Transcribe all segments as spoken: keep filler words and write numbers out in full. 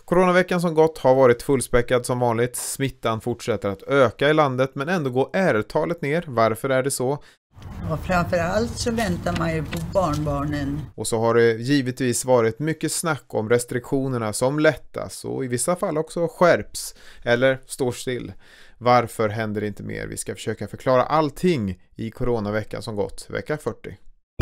Coronaveckan som gått har varit fullspäckad som vanligt. Smittan fortsätter att öka i landet men ändå går R-talet ner. Varför är det så? Och framförallt så väntar man ju på barnbarnen. Och så har det givetvis varit mycket snack om restriktionerna som lättas och i vissa fall också skärps eller står still. Varför händer det inte mer? Vi ska försöka förklara allting i coronaveckan som gått, vecka fyrtio.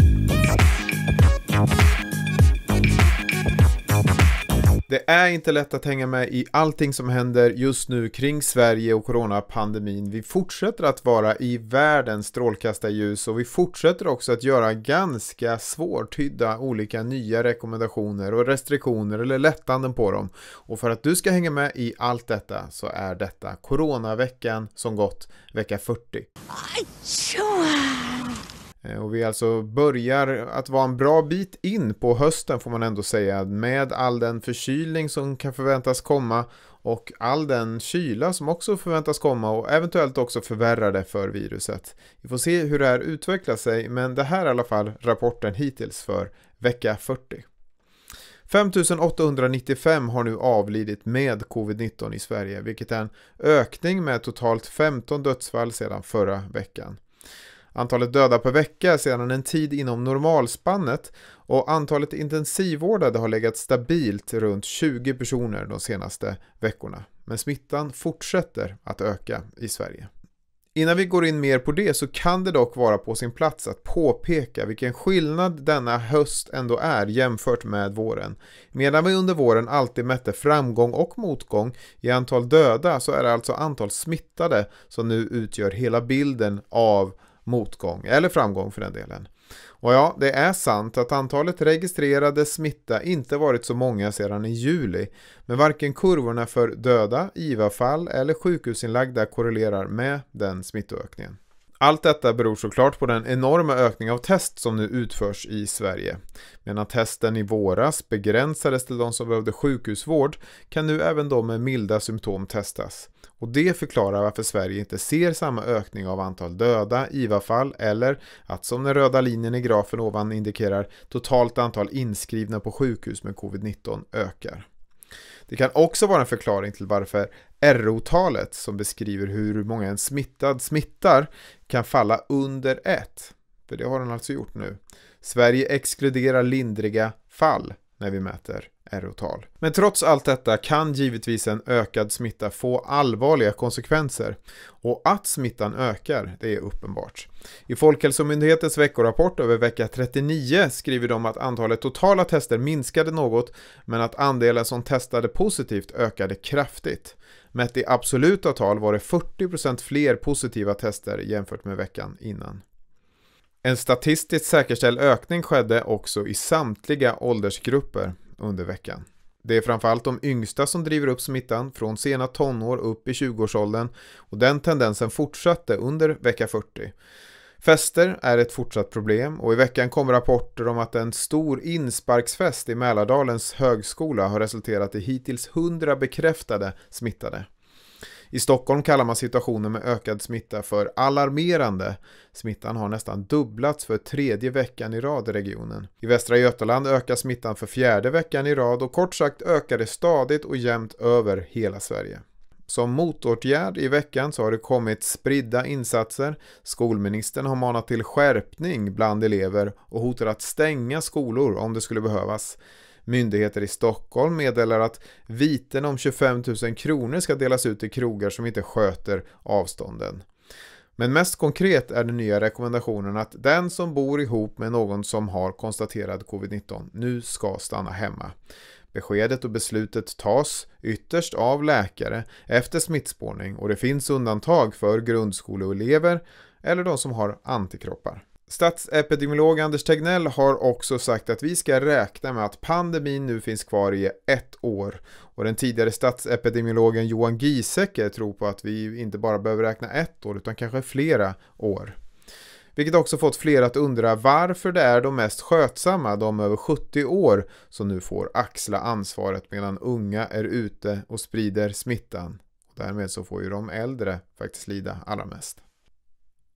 Det är inte lätt att hänga med i allting som händer just nu kring Sverige och coronapandemin. Vi fortsätter att vara i världens strålkastarljus och vi fortsätter också att göra ganska svårtydda olika nya rekommendationer och restriktioner eller lättanden på dem. Och för att du ska hänga med i allt detta så är detta coronaveckan som gått, vecka fyrtio. Och vi alltså börjar att vara en bra bit in på hösten får man ändå säga, med all den förkylning som kan förväntas komma och all den kyla som också förväntas komma och eventuellt också förvärra det för viruset. Vi får se hur det här utvecklar sig, men det här är i alla fall rapporten hittills för vecka fyrtio. fem tusen åttahundranittiofem har nu avlidit med covid nitton i Sverige, vilket är en ökning med totalt femton dödsfall sedan förra veckan. Antalet döda per vecka är sedan en tid inom normalspannet och antalet intensivvårdade har legat stabilt runt tjugo personer de senaste veckorna. Men smittan fortsätter att öka i Sverige. Innan vi går in mer på det så kan det dock vara på sin plats att påpeka vilken skillnad denna höst ändå är jämfört med våren. Medan vi under våren alltid mätte framgång och motgång i antal döda så är det alltså antal smittade som nu utgör hela bilden av motgång eller framgång för den delen. Och ja, det är sant att antalet registrerade smitta inte varit så många sedan i juli, men varken kurvorna för döda, I V A-fall eller sjukhusinlagda korrelerar med den smittoökningen. Allt detta beror såklart på den enorma ökning av test som nu utförs i Sverige. Medan testen i våras begränsades till de som behövde sjukhusvård kan nu även de med milda symptom testas. Och det förklarar varför Sverige inte ser samma ökning av antal döda, I V A-fall eller att som den röda linjen i grafen ovan indikerar totalt antal inskrivna på sjukhus med covid nitton ökar. Det kan också vara en förklaring till varför R O-talet som beskriver hur många en smittad smittar kan falla under ett. För det har den alltså gjort nu. Sverige exkluderar lindriga fall när vi mäter R O-tal. Men trots allt detta kan givetvis en ökad smitta få allvarliga konsekvenser. Och att smittan ökar, det är uppenbart. I Folkhälsomyndighetens veckorapport över vecka trettionio skriver de att antalet totala tester minskade något, men att andelen som testade positivt ökade kraftigt. Mätt i absoluta tal var det fyrtio procent fler positiva tester jämfört med veckan innan. En statistiskt säkerställd ökning skedde också i samtliga åldersgrupper under veckan. Det är framförallt de yngsta som driver upp smittan från sena tonår upp i tjugoårsåldern och den tendensen fortsatte under vecka fyrtio. Fester är ett fortsatt problem och i veckan kom rapporter om att en stor insparksfest i Mälardalens högskola har resulterat i hittills hundra bekräftade smittade. I Stockholm kallar man situationen med ökad smitta för alarmerande. Smittan har nästan dubblats för tredje veckan i rad i regionen. I Västra Götaland ökar smittan för fjärde veckan i rad och kort sagt ökar det stadigt och jämnt över hela Sverige. Som motåtgärd i veckan så har det kommit spridda insatser. Skolministern har manat till skärpning bland elever och hotar att stänga skolor om det skulle behövas. Myndigheter i Stockholm meddelar att viten om tjugofem tusen kronor ska delas ut till krogar som inte sköter avstånden. Men mest konkret är den nya rekommendationen att den som bor ihop med någon som har konstaterad covid nitton nu ska stanna hemma. Beskedet och beslutet tas ytterst av läkare efter smittspårning och det finns undantag för grundskoleelever eller de som har antikroppar. Statsepidemiolog Anders Tegnell har också sagt att vi ska räkna med att pandemin nu finns kvar i ett år. Och den tidigare statsepidemiologen Johan Giesecke tror på att vi inte bara behöver räkna ett år utan kanske flera år. Vilket också fått fler att undra varför det är de mest skötsamma, de över sjuttio år, som nu får axla ansvaret medan unga är ute och sprider smittan. Och därmed så får ju de äldre faktiskt lida allra mest.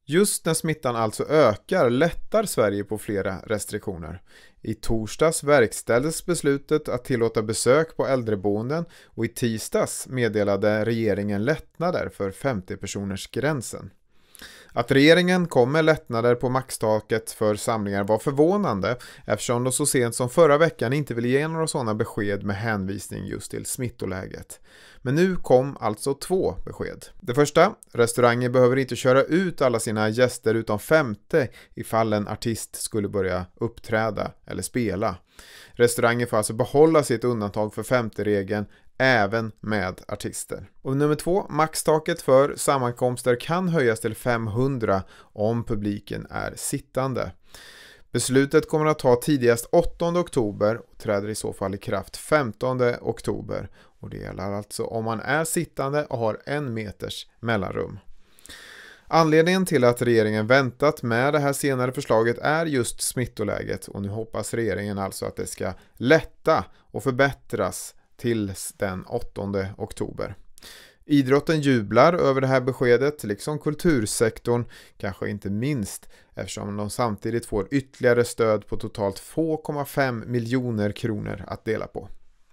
Just när smittan alltså ökar lättar Sverige på flera restriktioner. I torsdags verkställdes beslutet att tillåta besök på äldreboenden och i tisdags meddelade regeringen lättnader för femtio-personers gränsen. Att regeringen kom med lättnader på maxtaket för samlingar var förvånande eftersom de så sent som förra veckan inte ville ge några sådana besked med hänvisning just till smittoläget. Men nu kom alltså två besked. Det första, restauranger behöver inte köra ut alla sina gäster utom femtio ifall en artist skulle börja uppträda eller spela. Restauranger får alltså behålla sitt undantag för femtio-regeln även med artister. Och nummer två, maxtaket för sammankomster kan höjas till femhundra om publiken är sittande. Beslutet kommer att ta tidigast åttonde oktober och träder i så fall i kraft femtonde oktober. Och det gäller alltså om man är sittande och har en meters mellanrum. Anledningen till att regeringen väntat med det här senare förslaget är just smittoläget och nu hoppas regeringen alltså att det ska lätta och förbättras tills den åttonde oktober. Idrotten jublar över det här beskedet, liksom kultursektorn, kanske inte minst eftersom de samtidigt får ytterligare stöd på totalt två komma fem miljoner kronor att dela på.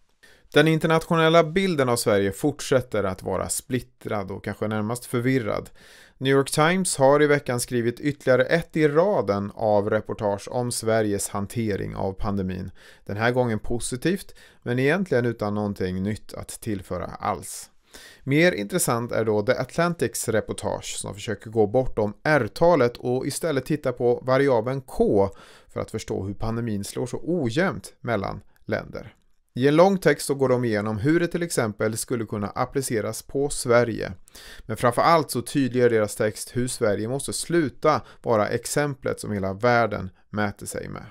Den internationella bilden av Sverige fortsätter att vara splittrad och kanske närmast förvirrad. New York Times har i veckan skrivit ytterligare ett i raden av reportage om Sveriges hantering av pandemin. Den här gången positivt, men egentligen utan någonting nytt att tillföra alls. Mer intressant är då The Atlantics reportage som försöker gå bortom R-talet och istället titta på variabeln K för att förstå hur pandemin slår så ojämnt mellan länder. I en lång text så går de igenom hur det till exempel skulle kunna appliceras på Sverige. Men framförallt så tydliggör deras text hur Sverige måste sluta vara exemplet som hela världen mäter sig med.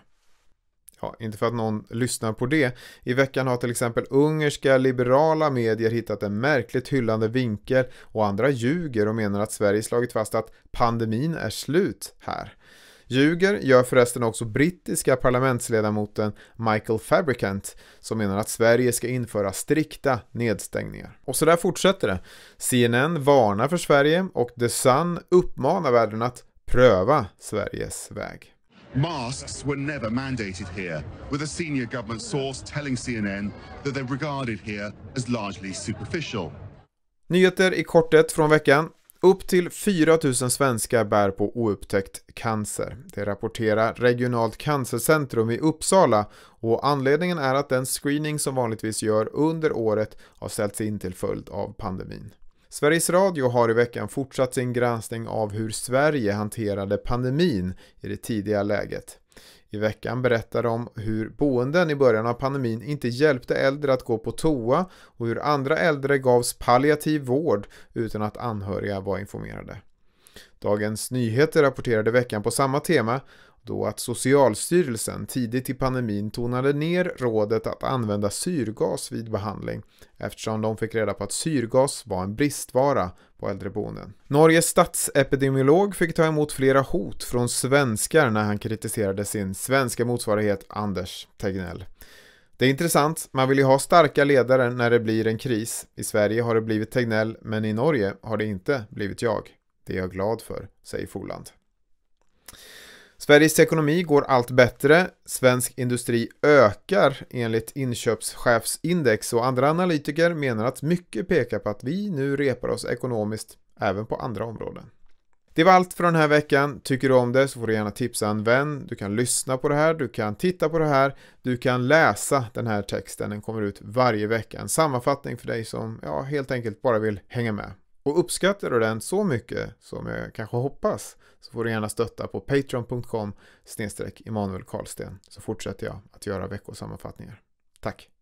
Ja, inte för att någon lyssnar på det. I veckan har till exempel ungerska liberala medier hittat en märkligt hyllande vinkel och andra ljuger och menar att Sverige slagit fast att pandemin är slut här. Ljuger gör förresten också brittiska parlamentsledamoten Michael Fabricant som menar att Sverige ska införa strikta nedstängningar. Och så där fortsätter det. C N N varnar för Sverige och The Sun uppmanar världen att pröva Sveriges väg. Masks were never mandated here, with a senior government source telling C N N that they're regarded here as largely superficial. Nyheter i korthet från veckan. Upp till fyra tusen svenskar bär på oupptäckt cancer. Det rapporterar Regionalt cancercentrum i Uppsala och anledningen är att den screening som vanligtvis gör under året har ställts in till följd av pandemin. Sveriges Radio har i veckan fortsatt sin granskning av hur Sverige hanterade pandemin i det tidiga läget. I veckan berättar de hur boenden i början av pandemin inte hjälpte äldre att gå på toa och hur andra äldre gavs palliativ vård utan att anhöriga var informerade. Dagens Nyheter rapporterade veckan på samma tema då att Socialstyrelsen tidigt i pandemin tonade ner rådet att använda syrgas vid behandling eftersom de fick reda på att syrgas var en bristvara på äldreboenden. Norges statsepidemiolog fick ta emot flera hot från svenskar när han kritiserade sin svenska motsvarighet Anders Tegnell. Det är intressant, man vill ju ha starka ledare när det blir en kris. I Sverige har det blivit Tegnell, men i Norge har det inte blivit jag. Det är jag glad för, säger Forland. Sveriges ekonomi går allt bättre. Svensk industri ökar enligt inköpschefsindex och andra analytiker menar att mycket pekar på att vi nu repar oss ekonomiskt även på andra områden. Det var allt för den här veckan. Tycker du om det så får du gärna tipsa en vän. Du kan lyssna på det här, du kan titta på det här, du kan läsa den här texten. Den kommer ut varje vecka. En sammanfattning för dig som ja, helt enkelt bara vill hänga med. Och uppskattar du den så mycket som jag kanske hoppas så får du gärna stötta på patreon punkt com slash Emanuel Karlsten så fortsätter jag att göra veckosammanfattningar. Tack!